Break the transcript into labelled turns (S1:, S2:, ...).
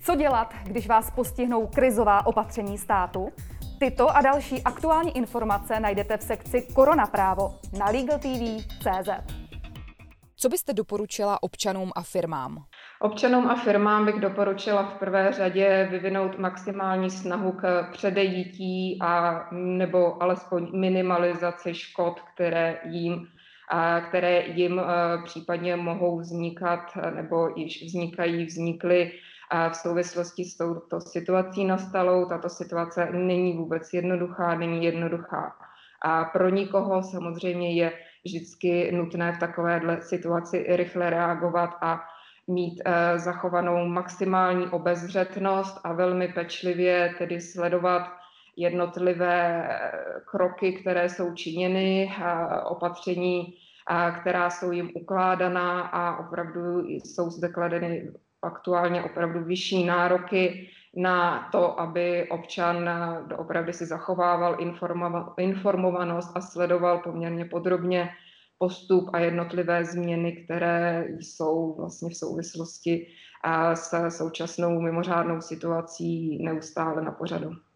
S1: Co dělat, když vás postihnou krizová opatření státu? Tyto a další aktuální informace najdete v sekci Koronaprávo na LegalTV.cz. Co byste doporučila občanům a firmám?
S2: Občanům a firmám bych doporučila v prvé řadě vyvinout maximální snahu k předejítí a nebo alespoň minimalizaci škod, které jim případně mohou vznikat nebo již vznikly v souvislosti s touto situací nastalou. Tato situace není vůbec jednoduchá. A pro nikoho samozřejmě je vždycky nutné v takovéhle situaci rychle reagovat a mít zachovanou maximální obezřetnost a velmi pečlivě tedy sledovat jednotlivé kroky, které jsou činěny, opatření, která jsou jim ukládaná a opravdu jsou zde kladeny aktuálně opravdu vyšší nároky na to, aby občan opravdu si zachovával informovanost a sledoval poměrně podrobně postup a jednotlivé změny, které jsou vlastně v souvislosti s současnou mimořádnou situací neustále na pořadu.